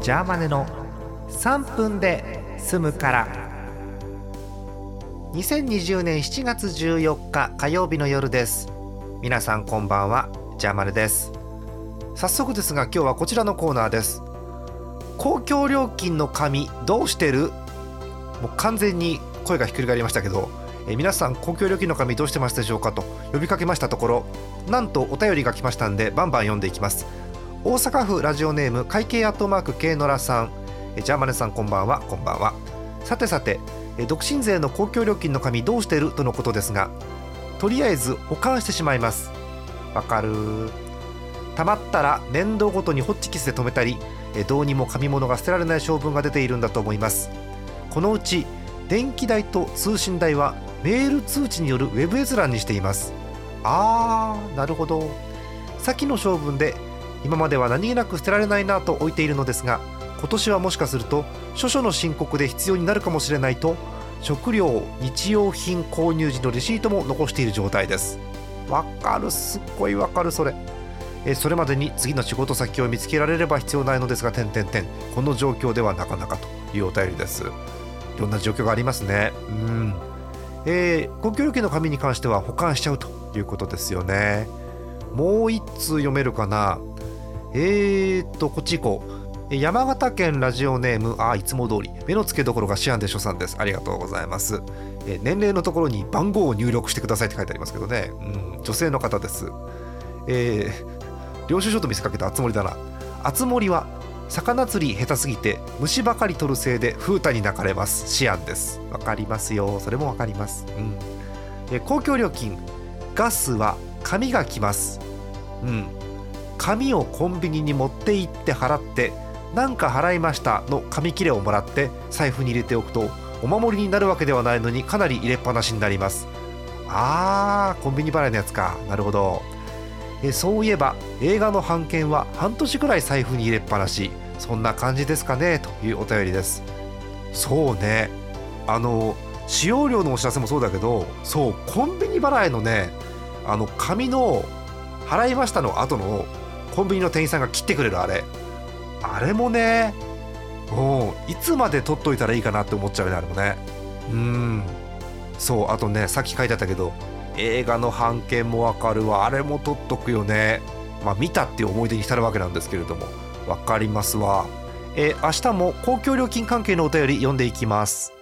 ジャーマネの3分で済むから。2020年7月14日火曜日の夜です。皆さんこんばんは、ジャーマネです。早速ですが今日はこちらのコーナーです。公共料金の紙どうしてる？もう完全に声がひっくり返りましたけど、皆さん公共料金の紙どうしてますでしょうかと呼びかけましたところ、なんとお便りが来ましたんでバンバン読んでいきます。大阪府ラジオネーム会計@Kノラさん、ジャーマネさんこんばんは。こんばんは。さてさて、独身税の公共料金の紙どうしてるとのことですが、とりあえず保管してしまいます。わかる。たまったら年度ごとにホッチキスで留めたり、どうにも紙物が捨てられない性分が出ているんだと思います。このうち電気代と通信代はメール通知によるウェブ閲覧にしています。なるほど。先の性分で今までは何気なく捨てられないなと置いているのですが、今年はもしかすると諸々の申告で必要になるかもしれないと、食料日用品購入時のレシートも残している状態です。わかる、すっごいわかる。それまでに次の仕事先を見つけられれば必要ないのですが、この状況ではなかなかというお便りです。いろんな状況がありますね。公共料金の紙に関しては保管しちゃうということですよね。もう一通読めるかな。こっち行こう。山形県ラジオネーム、いつも通り目の付けどころがシアンでしょさんです。ありがとうございます。年齢のところに番号を入力してくださいって書いてありますけどね、女性の方です。領収書と見せかけたあつ森だな。あつ森は魚釣り下手すぎて虫ばかり取るせいで風太に泣かれます。シアンです。わかりますよ。それもわかります。公共料金、ガスは紙が来ます。紙をコンビニに持って行って払って、なんか払いましたの紙切れをもらって財布に入れておくとお守りになるわけではないのにかなり入れっぱなしになります。コンビニ払いのやつか。なるほど。そういえば映画の半券は半年くらい財布に入れっぱなし、そんな感じですかねというお便りです。そうね、使用料のお知らせもそうだけど、そうコンビニ払いのね、紙の払いましたの後のコンビニの店員さんが切ってくれるあれもね、いつまで取っといたらいいかなって思っちゃうね、あれもね。そう、あとね、さっき書いてあったけど映画の半券もわかるわ。あれも取っとくよね。見たっていう思い出に浸るわけなんですけれども、わかりますわ。明日も公共料金関係のお便り読んでいきます。